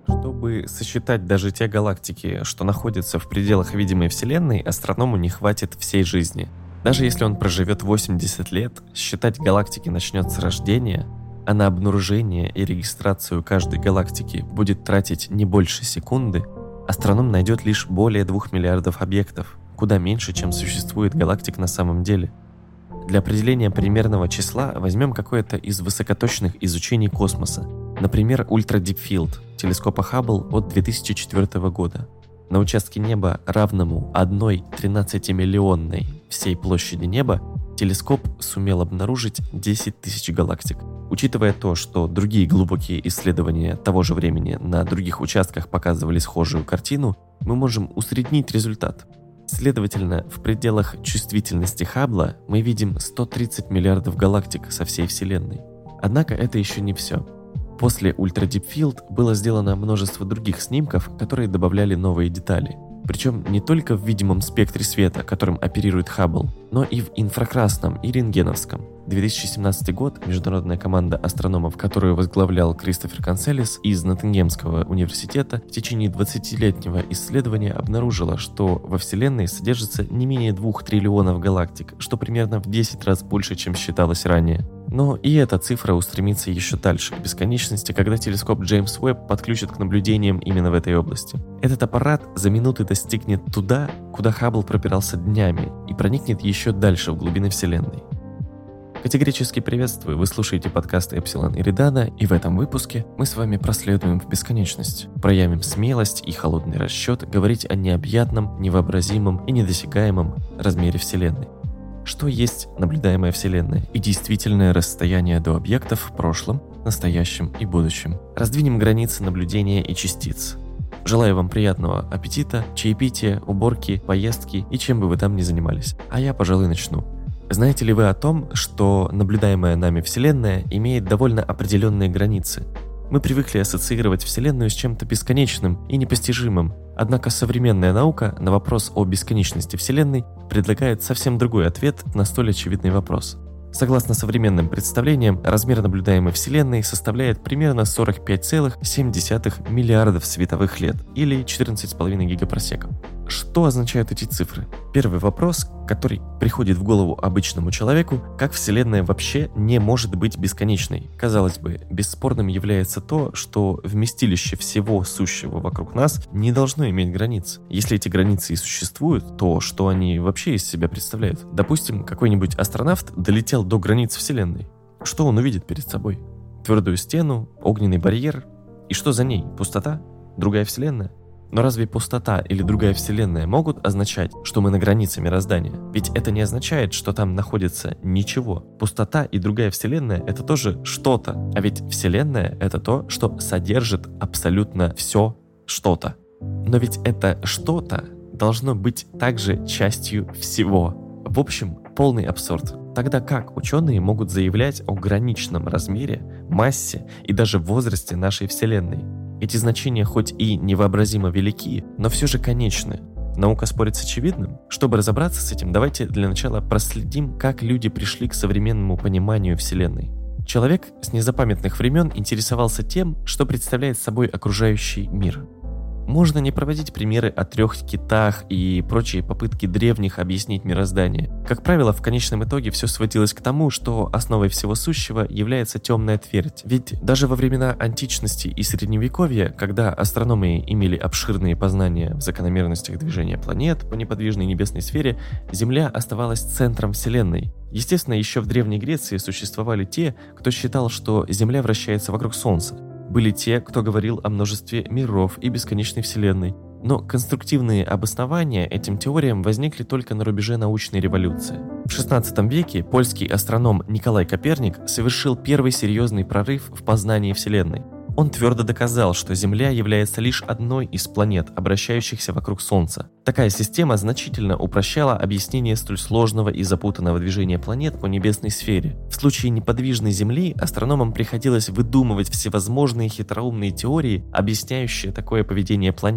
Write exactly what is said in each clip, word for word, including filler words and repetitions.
Чтобы сосчитать даже те галактики, что находятся в пределах видимой Вселенной, астроному не хватит всей жизни. Даже если он проживет восемьдесят лет, считать галактики начнет с рождения, а на обнаружение и регистрацию каждой галактики будет тратить не больше секунды, астроном найдет лишь более двух миллиардов объектов, куда меньше, чем существует галактик на самом деле. Для определения примерного числа возьмем какое-то из высокоточных изучений космоса, например, Ultra Deep Field, телескопа Хаббл от две тысячи четвёртого года. На участке неба, равному одной тринадцатимиллионной всей площади неба, телескоп сумел обнаружить десять тысяч галактик. Учитывая то, что другие глубокие исследования того же времени на других участках показывали схожую картину, мы можем усреднить результат. Следовательно, в пределах чувствительности Хаббла мы видим сто тридцать миллиардов галактик со всей Вселенной. Однако это еще не все. После Ultra Deep Field было сделано множество других снимков, которые добавляли новые детали. Причем не только в видимом спектре света, которым оперирует Хаббл, но и в инфракрасном и рентгеновском. две тысячи семнадцатый год международная команда астрономов, которую возглавлял Кристофер Канцелис из Ноттингемского университета, в течение двадцатилетнего исследования обнаружила, что во Вселенной содержится не менее двух триллионов галактик, что примерно в десять раз больше, чем считалось ранее. Но и эта цифра устремится еще дальше, к бесконечности, когда телескоп Джеймс Уэбб подключат к наблюдениям именно в этой области. Этот аппарат за минуты достигнет туда, куда Хаббл пробирался днями, и проникнет еще дальше в глубины Вселенной. Категорически приветствую, вы слушаете подкаст Эпсилон Эридана, и в этом выпуске мы с вами проследуем в бесконечность, проявим смелость и холодный расчет говорить о необъятном, невообразимом и недосягаемом размере Вселенной. Что есть наблюдаемая Вселенная и действительное расстояние до объектов в прошлом, настоящем и будущем. Раздвинем границы наблюдения и частиц. Желаю вам приятного аппетита, чаепития, уборки, поездки и чем бы вы там ни занимались. А я, пожалуй, начну. Знаете ли вы о том, что наблюдаемая нами Вселенная имеет довольно определенные границы? Мы привыкли ассоциировать Вселенную с чем-то бесконечным и непостижимым, однако современная наука на вопрос о бесконечности Вселенной предлагает совсем другой ответ на столь очевидный вопрос. Согласно современным представлениям, размер наблюдаемой Вселенной составляет примерно сорок пять целых семь десятых миллиардов световых лет или четырнадцать целых пять десятых гигапросеков. Что означают эти цифры? Первый вопрос, который приходит в голову обычному человеку, как Вселенная вообще не может быть бесконечной. Казалось бы, бесспорным является то, что вместилище всего сущего вокруг нас не должно иметь границ. Если эти границы и существуют, то что они вообще из себя представляют? Допустим, какой-нибудь астронавт долетел до границ Вселенной. Что он увидит перед собой? Твердую стену, огненный барьер? И что за ней? Пустота? Другая Вселенная? Но разве пустота или другая Вселенная могут означать, что мы на границе мироздания? Ведь это не означает, что там находится ничего. Пустота и другая Вселенная — это тоже что-то. А ведь Вселенная — это то, что содержит абсолютно все что-то. Но ведь это что-то должно быть также частью всего. В общем, полный абсурд. Тогда как ученые могут заявлять о граничном размере, массе и даже возрасте нашей Вселенной? Эти значения хоть и невообразимо велики, но все же конечны. Наука спорит с очевидным? Чтобы разобраться с этим, давайте для начала проследим, как люди пришли к современному пониманию Вселенной. Человек с незапамятных времен интересовался тем, что представляет собой окружающий мир. Можно не проводить примеры о трех китах и прочие попытки древних объяснить мироздание. Как правило, в конечном итоге все сводилось к тому, что основой всего сущего является темная твердь. Ведь даже во времена античности и средневековья, когда астрономы имели обширные познания в закономерностях движения планет по неподвижной небесной сфере, Земля оставалась центром Вселенной. Естественно, еще в Древней Греции существовали те, кто считал, что Земля вращается вокруг Солнца. Были те, кто говорил о множестве миров и бесконечной Вселенной. Но конструктивные обоснования этим теориям возникли только на рубеже научной революции. В шестнадцатом веке польский астроном Николай Коперник совершил первый серьезный прорыв в познании Вселенной. Он твердо доказал, что Земля является лишь одной из планет, обращающихся вокруг Солнца. Такая система значительно упрощала объяснение столь сложного и запутанного движения планет по небесной сфере. В случае неподвижной Земли астрономам приходилось выдумывать всевозможные хитроумные теории, объясняющие такое поведение планет.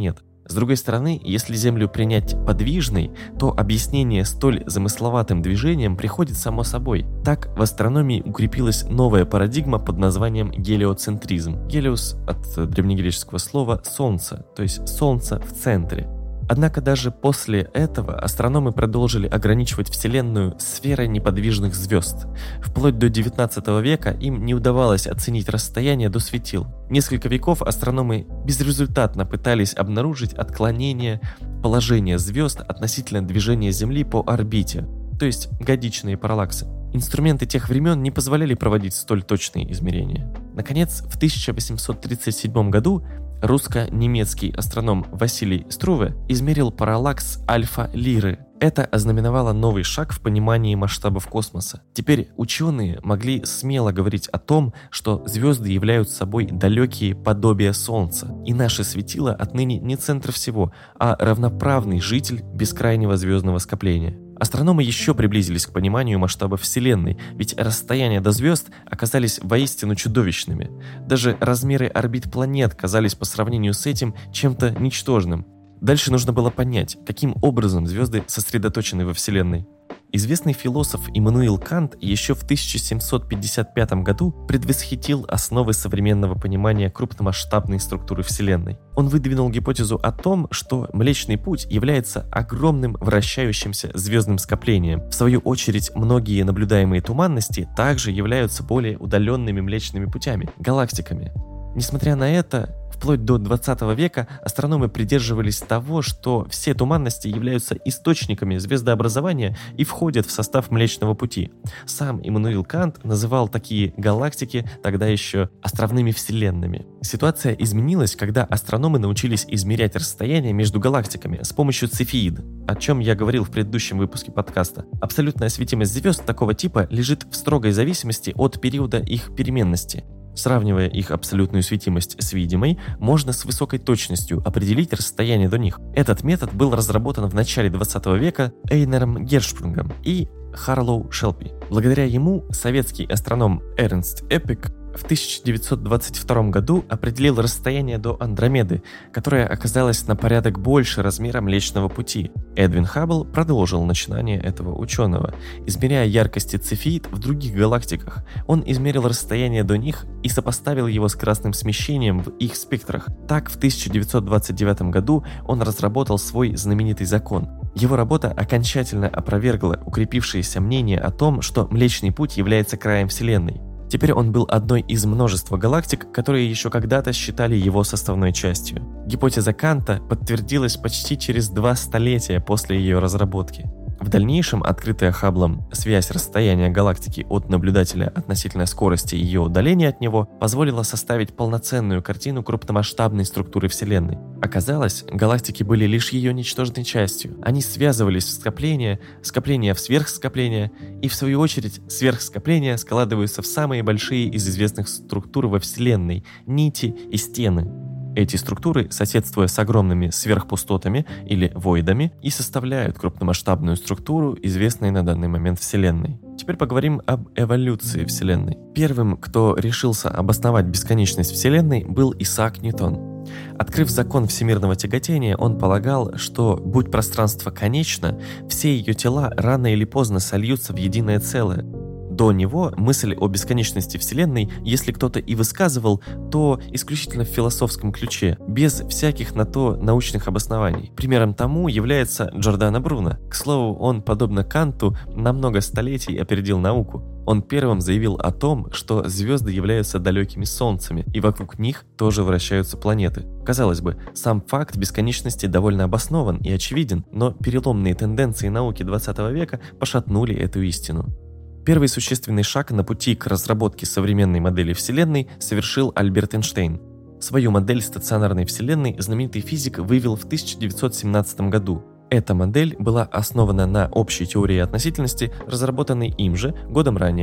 С другой стороны, если Землю принять подвижной, то объяснение столь замысловатым движением приходит само собой. Так в астрономии укрепилась новая парадигма под названием гелиоцентризм. Гелиос от древнегреческого слова «солнце», то есть «солнце в центре». Однако даже после этого астрономы продолжили ограничивать Вселенную сферой неподвижных звезд. Вплоть до девятнадцатого века им не удавалось оценить расстояние до светил. Несколько веков астрономы безрезультатно пытались обнаружить отклонение положения звезд относительно движения Земли по орбите, то есть годичные параллаксы. Инструменты тех времен не позволяли проводить столь точные измерения. Наконец, в тысяча восемьсот тридцать седьмом году русско-немецкий астроном Василий Струве измерил параллакс Альфа-Лиры. Это ознаменовало новый шаг в понимании масштабов космоса. Теперь ученые могли смело говорить о том, что звезды являются собой далекие подобия Солнца, и наши светила отныне не центр всего, а равноправный житель бескрайнего звездного скопления. Астрономы еще приблизились к пониманию масштаба Вселенной, ведь расстояния до звезд оказались воистину чудовищными. Даже размеры орбит планет казались по сравнению с этим чем-то ничтожным. Дальше нужно было понять, каким образом звезды сосредоточены во Вселенной. Известный философ Иммануил Кант еще в тысяча семьсот пятьдесят пятом году предвосхитил основы современного понимания крупномасштабной структуры Вселенной. Он выдвинул гипотезу о том, что Млечный Путь является огромным вращающимся звездным скоплением. В свою очередь, многие наблюдаемые туманности также являются более удаленными Млечными Путями – галактиками. Несмотря на это, вплоть до двадцатого века астрономы придерживались того, что все туманности являются источниками звездообразования и входят в состав Млечного Пути. Сам Иммануил Кант называл такие галактики тогда еще островными вселенными. Ситуация изменилась, когда астрономы научились измерять расстояние между галактиками с помощью цефеид, о чем я говорил в предыдущем выпуске подкаста. Абсолютная светимость звезд такого типа лежит в строгой зависимости от периода их переменности. Сравнивая их абсолютную светимость с видимой, можно с высокой точностью определить расстояние до них. Этот метод был разработан в начале двадцатого века Эйнером Гершпругом и Харлоу Шелпи. Благодаря ему советский астроном Эрнст Эпик в тысяча девятьсот двадцать втором году определил расстояние до Андромеды, которое оказалось на порядок больше размера Млечного Пути. Эдвин Хаббл продолжил начинание этого ученого. Измеряя яркости цефеид в других галактиках, он измерил расстояние до них и сопоставил его с красным смещением в их спектрах. Так, в тысяча девятьсот двадцать девятом году он разработал свой знаменитый закон. Его работа окончательно опровергла укрепившееся мнение о том, что Млечный Путь является краем Вселенной. Теперь он был одной из множества галактик, которые еще когда-то считали его составной частью. Гипотеза Канта подтвердилась почти через два столетия после ее разработки. В дальнейшем открытая Хабблом связь расстояния галактики от наблюдателя относительно скорости ее удаления от него позволила составить полноценную картину крупномасштабной структуры Вселенной. Оказалось, галактики были лишь ее ничтожной частью. Они связывались в скопления, скопления в сверхскопления, и в свою очередь сверхскопления складываются в самые большие из известных структур во Вселенной – нити и стены. Эти структуры, соседствуя с огромными сверхпустотами или войдами, и составляют крупномасштабную структуру, известной на данный момент Вселенной. Теперь поговорим об эволюции Вселенной. Первым, кто решился обосновать бесконечность Вселенной, был Исаак Ньютон. Открыв закон всемирного тяготения, он полагал, что, будь пространство конечно, все ее тела рано или поздно сольются в единое целое. До него мысль о бесконечности Вселенной, если кто-то и высказывал, то исключительно в философском ключе, без всяких на то научных обоснований. Примером тому является Джордано Бруно. К слову, он, подобно Канту, на много столетий опередил науку. Он первым заявил о том, что звезды являются далекими солнцами, и вокруг них тоже вращаются планеты. Казалось бы, сам факт бесконечности довольно обоснован и очевиден, но переломные тенденции науки двадцатого века пошатнули эту истину. Первый существенный шаг на пути к разработке современной модели Вселенной совершил Альберт Эйнштейн. Свою модель стационарной Вселенной знаменитый физик вывел в тысяча девятьсот семнадцатом году. Эта модель была основана на общей теории относительности, разработанной им же годом ранее.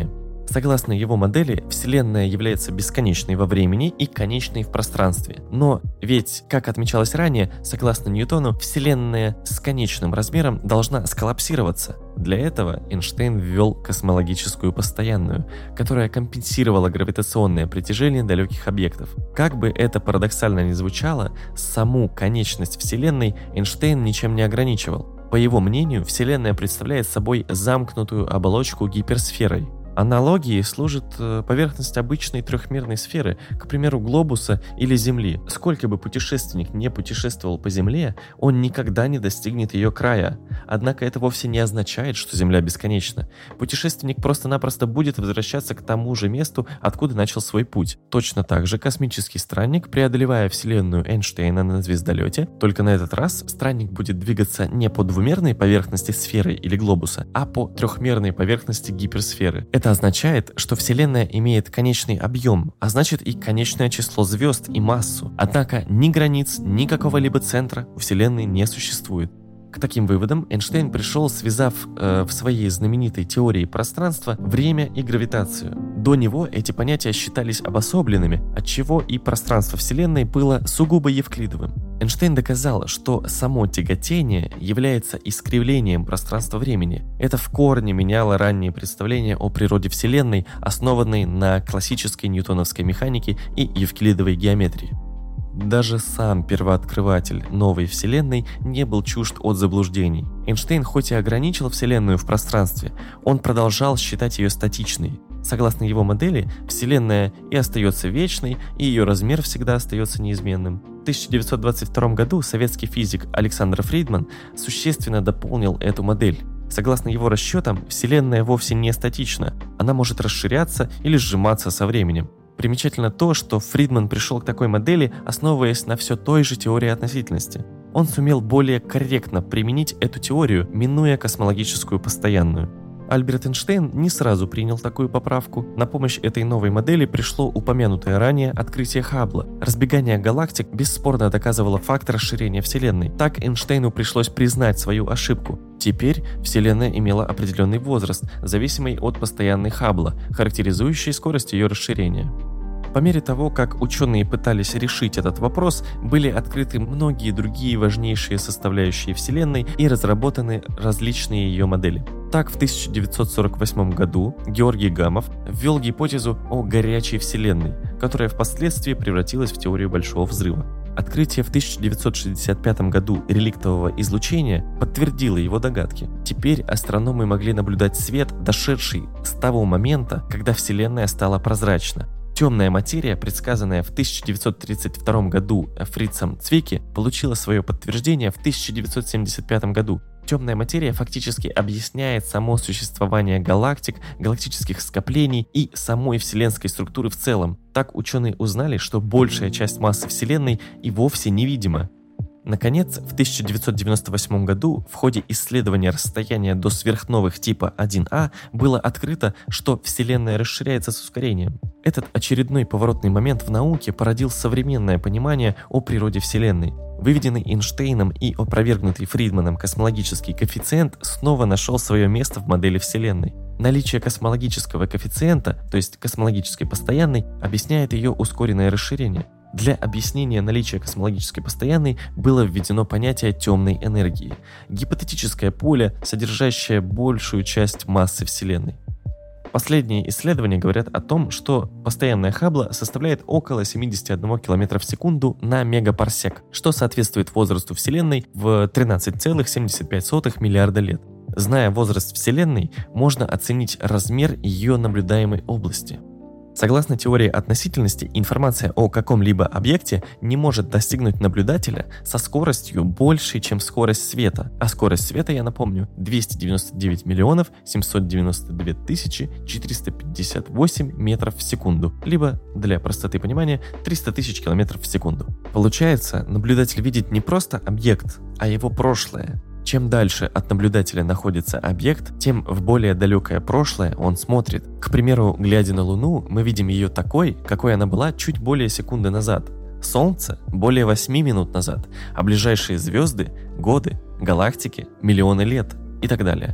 Согласно его модели, Вселенная является бесконечной во времени и конечной в пространстве. Но ведь, как отмечалось ранее, согласно Ньютону, Вселенная с конечным размером должна сколлапсироваться. Для этого Эйнштейн ввел космологическую постоянную, которая компенсировала гравитационное притяжение далеких объектов. Как бы это парадоксально ни звучало, саму конечность Вселенной Эйнштейн ничем не ограничивал. По его мнению, Вселенная представляет собой замкнутую оболочку гиперсферой. Аналогией служит поверхность обычной трехмерной сферы, к примеру, глобуса или Земли. Сколько бы путешественник не путешествовал по Земле, он никогда не достигнет ее края. Однако это вовсе не означает, что Земля бесконечна. Путешественник просто-напросто будет возвращаться к тому же месту, откуда начал свой путь. Точно так же космический странник, преодолевая Вселенную Эйнштейна на звездолете, только на этот раз странник будет двигаться не по двумерной поверхности сферы или глобуса, а по трехмерной поверхности гиперсферы. Это означает, что Вселенная имеет конечный объем, а значит и конечное число звезд и массу. Однако ни границ, ни какого-либо центра у Вселенной не существует. К таким выводам Эйнштейн пришел, связав э, в своей знаменитой теории пространства время и гравитацию. До него эти понятия считались обособленными, отчего и пространство Вселенной было сугубо евклидовым. Эйнштейн доказал, что само тяготение является искривлением пространства-времени. Это в корне меняло ранние представления о природе Вселенной, основанные на классической ньютоновской механике и евклидовой геометрии. Даже сам первооткрыватель новой Вселенной не был чужд от заблуждений. Эйнштейн хоть и ограничил Вселенную в пространстве, он продолжал считать ее статичной. Согласно его модели, Вселенная и остается вечной, и ее размер всегда остается неизменным. В тысяча девятьсот двадцать втором году советский физик Александр Фридман существенно дополнил эту модель. Согласно его расчетам, Вселенная вовсе не статична, она может расширяться или сжиматься со временем. Примечательно то, что Фридман пришел к такой модели, основываясь на все той же теории относительности. Он сумел более корректно применить эту теорию, минуя космологическую постоянную. Альберт Эйнштейн не сразу принял такую поправку. На помощь этой новой модели пришло упомянутое ранее открытие Хаббла. Разбегание галактик бесспорно доказывало факт расширения Вселенной. Так Эйнштейну пришлось признать свою ошибку. Теперь Вселенная имела определенный возраст, зависимый от постоянной Хаббла, характеризующей скорость ее расширения. По мере того, как ученые пытались решить этот вопрос, были открыты многие другие важнейшие составляющие Вселенной и разработаны различные ее модели. Так, в тысяча девятьсот сорок восьмом году Георгий Гамов ввел гипотезу о горячей Вселенной, которая впоследствии превратилась в теорию Большого взрыва. Открытие в тысяча девятьсот шестьдесят пятом году реликтового излучения подтвердило его догадки. Теперь астрономы могли наблюдать свет, дошедший с того момента, когда Вселенная стала прозрачна. Темная материя, предсказанная в тысяча девятьсот тридцать втором году Фрицем Цвике, получила свое подтверждение в тысяча девятьсот семьдесят пятом году. Темная материя фактически объясняет само существование галактик, галактических скоплений и самой вселенской структуры в целом. Так ученые узнали, что большая часть массы Вселенной и вовсе невидима. Наконец, в тысяча девятьсот девяносто восьмом году в ходе исследования расстояния до сверхновых типа один А было открыто, что Вселенная расширяется с ускорением. Этот очередной поворотный момент в науке породил современное понимание о природе Вселенной. Выведенный Эйнштейном и опровергнутый Фридманом космологический коэффициент снова нашел свое место в модели Вселенной. Наличие космологического коэффициента, то есть космологической постоянной, объясняет ее ускоренное расширение. Для объяснения наличия космологической постоянной было введено понятие темной энергии – гипотетическое поле, содержащее большую часть массы Вселенной. Последние исследования говорят о том, что постоянная Хаббла составляет около семьдесят один километр в секунду на мегапарсек, что соответствует возрасту Вселенной в тринадцать целых семьдесят пять сотых миллиарда лет. Зная возраст Вселенной, можно оценить размер ее наблюдаемой области. Согласно теории относительности, информация о каком-либо объекте не может достигнуть наблюдателя со скоростью большей, чем скорость света. А скорость света, я напомню, двести девяносто девять миллионов семьсот девяносто две тысячи четыреста пятьдесят восемь метров в секунду, либо, для простоты понимания, триста тысяч километров в секунду. Получается, наблюдатель видит не просто объект, а его прошлое. Чем дальше от наблюдателя находится объект, тем в более далекое прошлое он смотрит. К примеру, глядя на Луну, мы видим ее такой, какой она была чуть более секунды назад. Солнце – более восьми минут назад, а ближайшие звезды – годы, галактики – миллионы лет и так далее.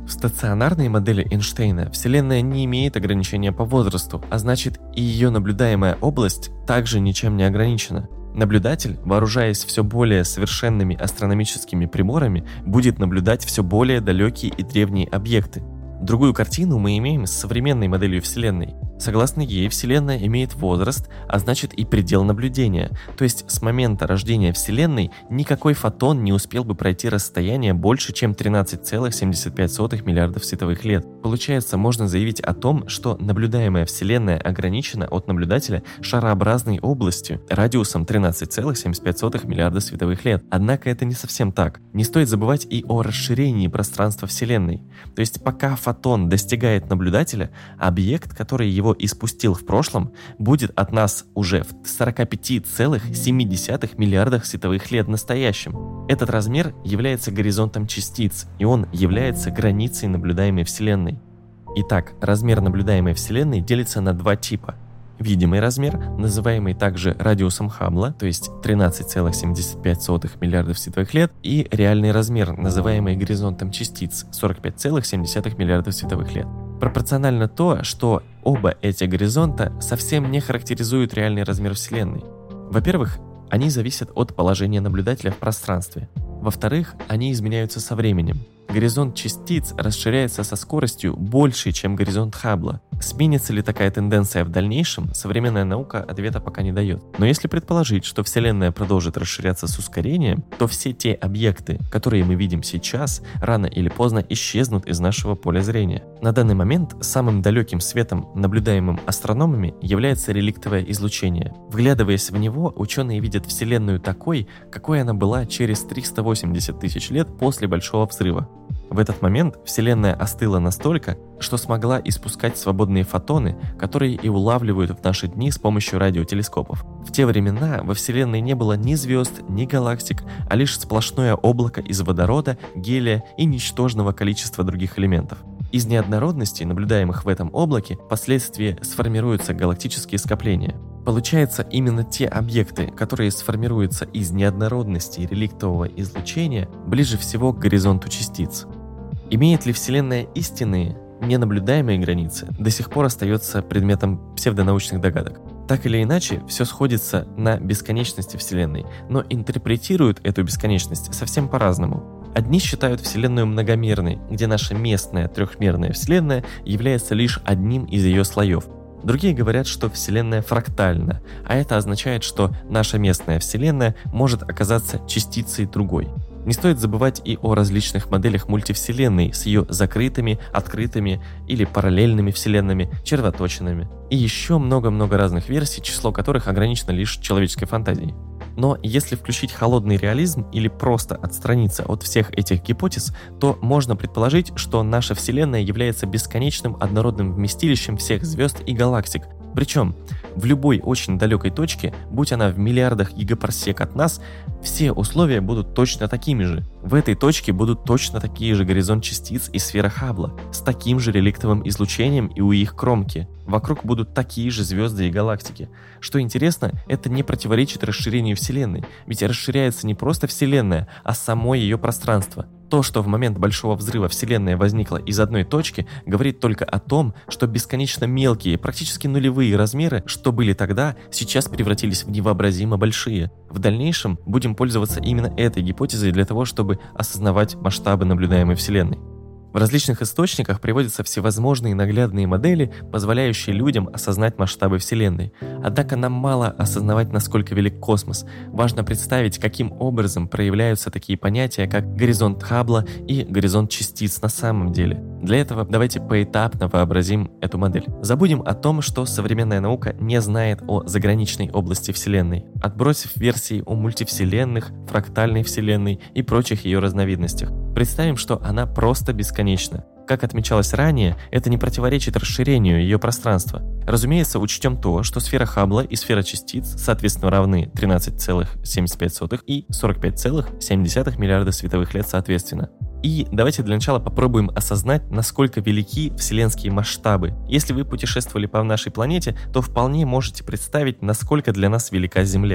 В стационарной модели Эйнштейна Вселенная не имеет ограничения по возрасту, а значит и ее наблюдаемая область также ничем не ограничена. Наблюдатель, вооружаясь все более совершенными астрономическими приборами, будет наблюдать все более далекие и древние объекты. Другую картину мы имеем с современной моделью Вселенной. Согласно ей, Вселенная имеет возраст, а значит и предел наблюдения, то есть с момента рождения Вселенной никакой фотон не успел бы пройти расстояние больше, чем тринадцать целых семьдесят пять сотых миллиардов световых лет. Получается, можно заявить о том, что наблюдаемая Вселенная ограничена от наблюдателя шарообразной областью радиусом тринадцать целых семьдесят пять сотых миллиарда световых лет. Однако это не совсем так. Не стоит забывать и о расширении пространства Вселенной. То есть пока фотон достигает наблюдателя, объект, который его испустил в прошлом, будет от нас уже в сорок пять целых семь десятых миллиардах световых лет в настоящем. Этот размер является горизонтом частиц, и он является границей наблюдаемой Вселенной. Итак, размер наблюдаемой Вселенной делится на два типа. Видимый размер, называемый также радиусом Хаббла, то есть тринадцать целых семьдесят пять сотых миллиардов световых лет, и реальный размер, называемый горизонтом частиц, сорок пять целых семь десятых миллиардов световых лет. Пропорционально то, что оба эти горизонта совсем не характеризуют реальный размер Вселенной. Во-первых, они зависят от положения наблюдателя в пространстве. Во-вторых, они изменяются со временем. Горизонт частиц расширяется со скоростью большей, чем горизонт Хаббла. Сменится ли такая тенденция в дальнейшем, современная наука ответа пока не дает. Но если предположить, что Вселенная продолжит расширяться с ускорением, то все те объекты, которые мы видим сейчас, рано или поздно исчезнут из нашего поля зрения. На данный момент самым далеким светом, наблюдаемым астрономами, является реликтовое излучение. Вглядываясь в него, ученые видят Вселенную такой, какой она была через триста восемьдесят тысяч лет после Большого взрыва. В этот момент Вселенная остыла настолько, что смогла испускать свободные фотоны, которые и улавливают в наши дни с помощью радиотелескопов. В те времена во Вселенной не было ни звезд, ни галактик, а лишь сплошное облако из водорода, гелия и ничтожного количества других элементов. Из неоднородностей, наблюдаемых в этом облаке, впоследствии сформируются галактические скопления. Получается, именно те объекты, которые сформируются из неоднородности реликтового излучения, ближе всего к горизонту частиц. Имеет ли Вселенная истинные, ненаблюдаемые границы, до сих пор остается предметом псевдонаучных догадок. Так или иначе, все сходится на бесконечности Вселенной, но интерпретируют эту бесконечность совсем по-разному. Одни считают Вселенную многомерной, где наша местная трехмерная Вселенная является лишь одним из ее слоев. Другие говорят, что Вселенная фрактальна, а это означает, что наша местная Вселенная может оказаться частицей другой. Не стоит забывать и о различных моделях мультивселенной с ее закрытыми, открытыми или параллельными вселенными, червоточинами. И еще много-много разных версий, число которых ограничено лишь человеческой фантазией. Но если включить холодный реализм или просто отстраниться от всех этих гипотез, то можно предположить, что наша Вселенная является бесконечным однородным вместилищем всех звезд и галактик. Причем в любой очень далекой точке, будь она в миллиардах гигапарсек от нас, все условия будут точно такими же. В этой точке будут точно такие же горизонт частиц и сфера Хаббла, с таким же реликтовым излучением и у их кромки. Вокруг будут такие же звезды и галактики. Что интересно, это не противоречит расширению Вселенной, ведь расширяется не просто Вселенная, а само ее пространство. То, что в момент Большого взрыва Вселенная возникла из одной точки, говорит только о том, что бесконечно мелкие, практически нулевые размеры, что были тогда, сейчас превратились в невообразимо большие. В дальнейшем будем пользоваться именно этой гипотезой для того, чтобы осознавать масштабы наблюдаемой Вселенной. В различных источниках приводятся всевозможные наглядные модели, позволяющие людям осознать масштабы Вселенной. Однако нам мало осознавать, насколько велик космос. Важно представить, каким образом проявляются такие понятия, как горизонт Хаббла и горизонт частиц на самом деле. Для этого давайте поэтапно вообразим эту модель. Забудем о том, что современная наука не знает о заграничной области Вселенной, отбросив версии о мультивселенных, фрактальной Вселенной и прочих ее разновидностях. Представим, что она просто бесконечна. Как отмечалось ранее, это не противоречит расширению ее пространства. Разумеется, учтем то, что сфера Хаббла и сфера частиц, соответственно, равны тринадцать целых семьдесят пять сотых и сорок пять целых семь десятых миллиарда световых лет соответственно. И давайте для начала попробуем осознать, насколько велики вселенские масштабы. Если вы путешествовали по нашей планете, то вполне можете представить, насколько для нас велика Земля.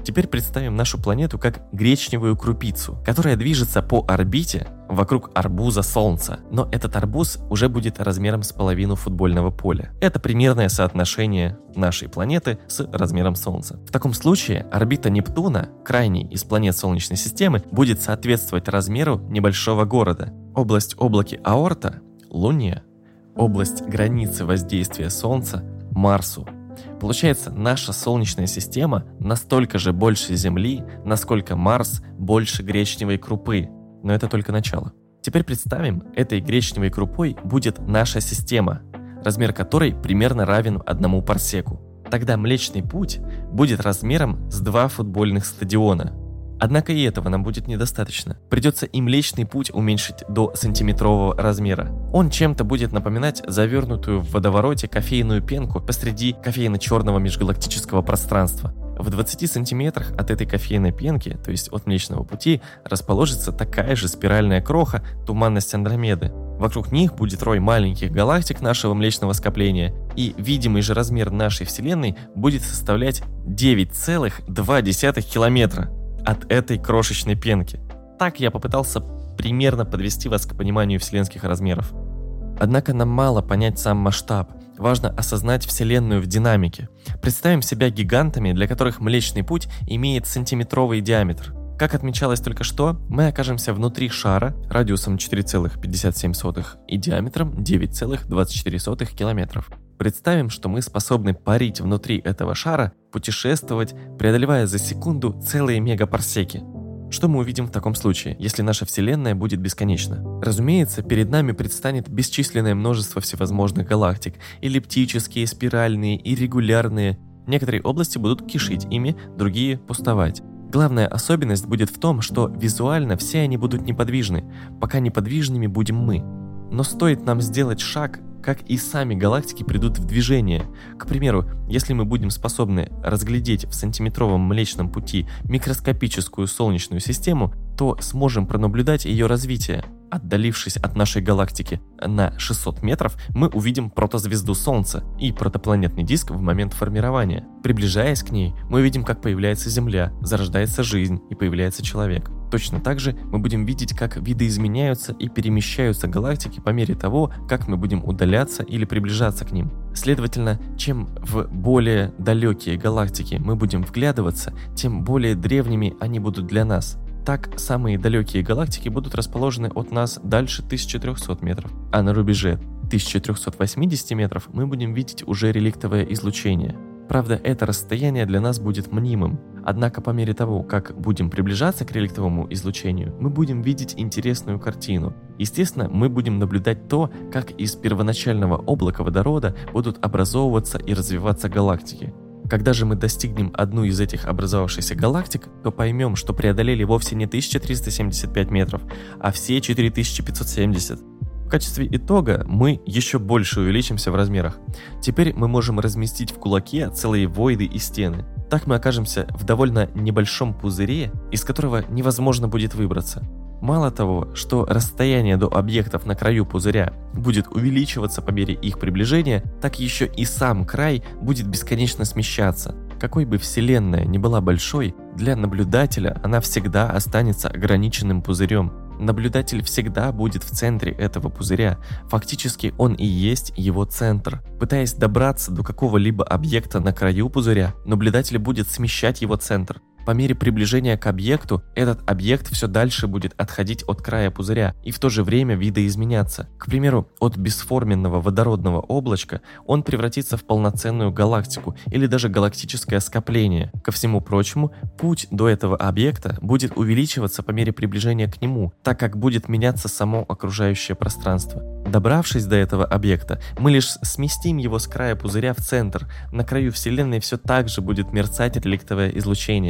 Теперь представим нашу планету как гречневую крупицу, которая движется по орбите вокруг арбуза Солнца. Но этот арбуз уже будет размером с половину футбольного поля. Это примерное соотношение нашей планеты с размером Солнца. В таком случае орбита Нептуна, крайней из планет Солнечной системы, будет соответствовать размеру небольшого города. Область облаки Аорта – Луне. Область границы воздействия Солнца – Марсу. Получается, наша Солнечная система настолько же больше Земли, насколько Марс больше гречневой крупы. Но это только начало. Теперь представим, этой гречневой крупой будет наша система, размер которой примерно равен одному парсеку. Тогда Млечный Путь будет размером с два футбольных стадиона. Однако и этого нам будет недостаточно. Придется и Млечный Путь уменьшить до сантиметрового размера. Он чем-то будет напоминать завернутую в водовороте кофейную пенку посреди кофейно-черного межгалактического пространства. В двадцати сантиметрах от этой кофейной пенки, то есть от Млечного Пути, расположится такая же спиральная кроха, туманность Андромеды. Вокруг них будет рой маленьких галактик нашего Млечного скопления, и видимый же размер нашей Вселенной будет составлять девять целых два десятых километра от этой крошечной пенки. Так я попытался примерно подвести вас к пониманию вселенских размеров. Однако нам мало понять сам масштаб. Важно осознать Вселенную в динамике. Представим себя гигантами, для которых Млечный Путь имеет сантиметровый диаметр. Как отмечалось только что, мы окажемся внутри шара радиусом четыре целых пятьдесят семь сотых и диаметром девять целых двадцать четыре сотых километров. Представим, что мы способны парить внутри этого шара, путешествовать, преодолевая за секунду целые мегапарсеки. Что мы увидим в таком случае, если наша Вселенная будет бесконечна? Разумеется, перед нами предстанет бесчисленное множество всевозможных галактик, эллиптические, спиральные и регулярные. Некоторые области будут кишить ими, другие пустовать. Главная особенность будет в том, что визуально все они будут неподвижны, пока неподвижными будем мы. Но стоит нам сделать шаг, как и сами галактики придут в движение. К примеру, если мы будем способны разглядеть в сантиметровом Млечном Пути микроскопическую Солнечную систему, то сможем пронаблюдать ее развитие. Отдалившись от нашей галактики на шестьсот метров, мы увидим протозвезду Солнца и протопланетный диск в момент формирования. Приближаясь к ней, мы увидим, как появляется Земля, зарождается жизнь и появляется человек. Точно так же мы будем видеть, как видоизменяются и перемещаются галактики по мере того, как мы будем удаляться или приближаться к ним. Следовательно, чем в более далекие галактики мы будем вглядываться, тем более древними они будут для нас. Так, самые далекие галактики будут расположены от нас дальше тысячи трёхсот метров, а на рубеже тысяча триста восемьдесят метров мы будем видеть уже реликтовое излучение. Правда, это расстояние для нас будет мнимым, однако по мере того, как будем приближаться к реликтовому излучению, мы будем видеть интересную картину. Естественно, мы будем наблюдать то, как из первоначального облака водорода будут образовываться и развиваться галактики. Когда же мы достигнем одну из этих образовавшихся галактик, то поймем, что преодолели вовсе не тысяча триста семьдесят пять метров, а все четыре тысячи пятьсот семьдесят. В качестве итога мы еще больше увеличимся в размерах. Теперь мы можем разместить в кулаке целые войды и стены. Так мы окажемся в довольно небольшом пузыре, из которого невозможно будет выбраться. Мало того, что расстояние до объектов на краю пузыря будет увеличиваться по мере их приближения, так еще и сам край будет бесконечно смещаться. Какой бы Вселенная ни была большой, для наблюдателя она всегда останется ограниченным пузырем. Наблюдатель всегда будет в центре этого пузыря, фактически он и есть его центр. Пытаясь добраться до какого-либо объекта на краю пузыря, наблюдатель будет смещать его центр. По мере приближения к объекту, этот объект все дальше будет отходить от края пузыря и в то же время видоизменяться. К примеру, от бесформенного водородного облачка он превратится в полноценную галактику или даже галактическое скопление. Ко всему прочему, путь до этого объекта будет увеличиваться по мере приближения к нему, так как будет меняться само окружающее пространство. Добравшись до этого объекта, мы лишь сместим его с края пузыря в центр. На краю Вселенной все так же будет мерцать реликтовое излучение.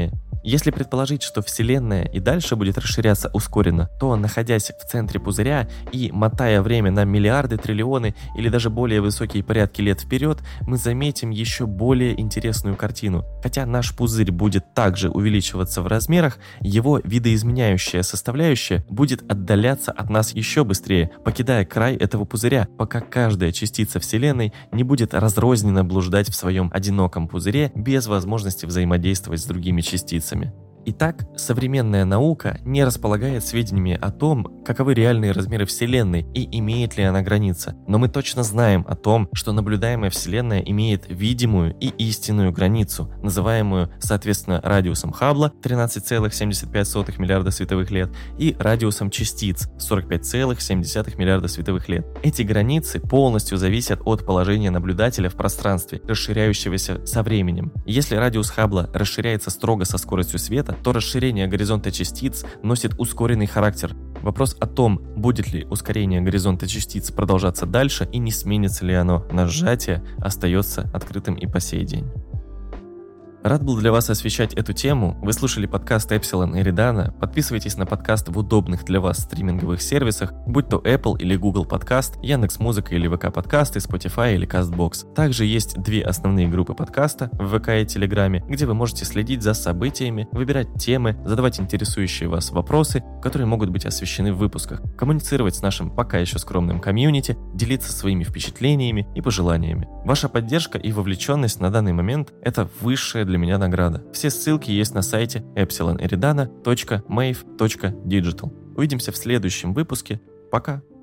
Если предположить, что Вселенная и дальше будет расширяться ускоренно, то, находясь в центре пузыря и мотая время на миллиарды, триллионы или даже более высокие порядки лет вперед, мы заметим еще более интересную картину. Хотя наш пузырь будет также увеличиваться в размерах, его видоизменяющая составляющая будет отдаляться от нас еще быстрее, покидая край этого пузыря, пока каждая частица Вселенной не будет разрозненно блуждать в своем одиноком пузыре без возможности взаимодействовать с другими частицами. Итак, современная наука не располагает сведениями о том, каковы реальные размеры Вселенной и имеет ли она границы. Но мы точно знаем о том, что наблюдаемая Вселенная имеет видимую и истинную границу, называемую, соответственно, радиусом Хаббла тринадцать целых семьдесят пять сотых миллиарда световых лет и радиусом частиц сорок пять целых семь десятых миллиарда световых лет. Эти границы полностью зависят от положения наблюдателя в пространстве, расширяющегося со временем. Если радиус Хаббла расширяется строго со скоростью света, то расширение горизонта частиц носит ускоренный характер. Вопрос о том, будет ли ускорение горизонта частиц продолжаться дальше и не сменится ли оно на сжатие, остается открытым и по сей день. Рад был для вас освещать эту тему. Вы слушали подкаст Эпсилон Эридана. Подписывайтесь на подкаст в удобных для вас стриминговых сервисах, будь то Apple или Google Подкаст, Яндекс.Музыка или ВК Подкасты, Spotify или Castbox. Также есть две основные группы подкаста в ВК и Телеграме, где вы можете следить за событиями, выбирать темы, задавать интересующие вас вопросы, которые могут быть освещены в выпусках, коммуницировать с нашим пока еще скромным комьюнити, делиться своими впечатлениями и пожеланиями. Ваша поддержка и вовлеченность на данный момент – это высшая для для меня награда. Все ссылки есть на сайте эпсилон эридана точка мэйв точка диджитал. Увидимся в следующем выпуске. Пока!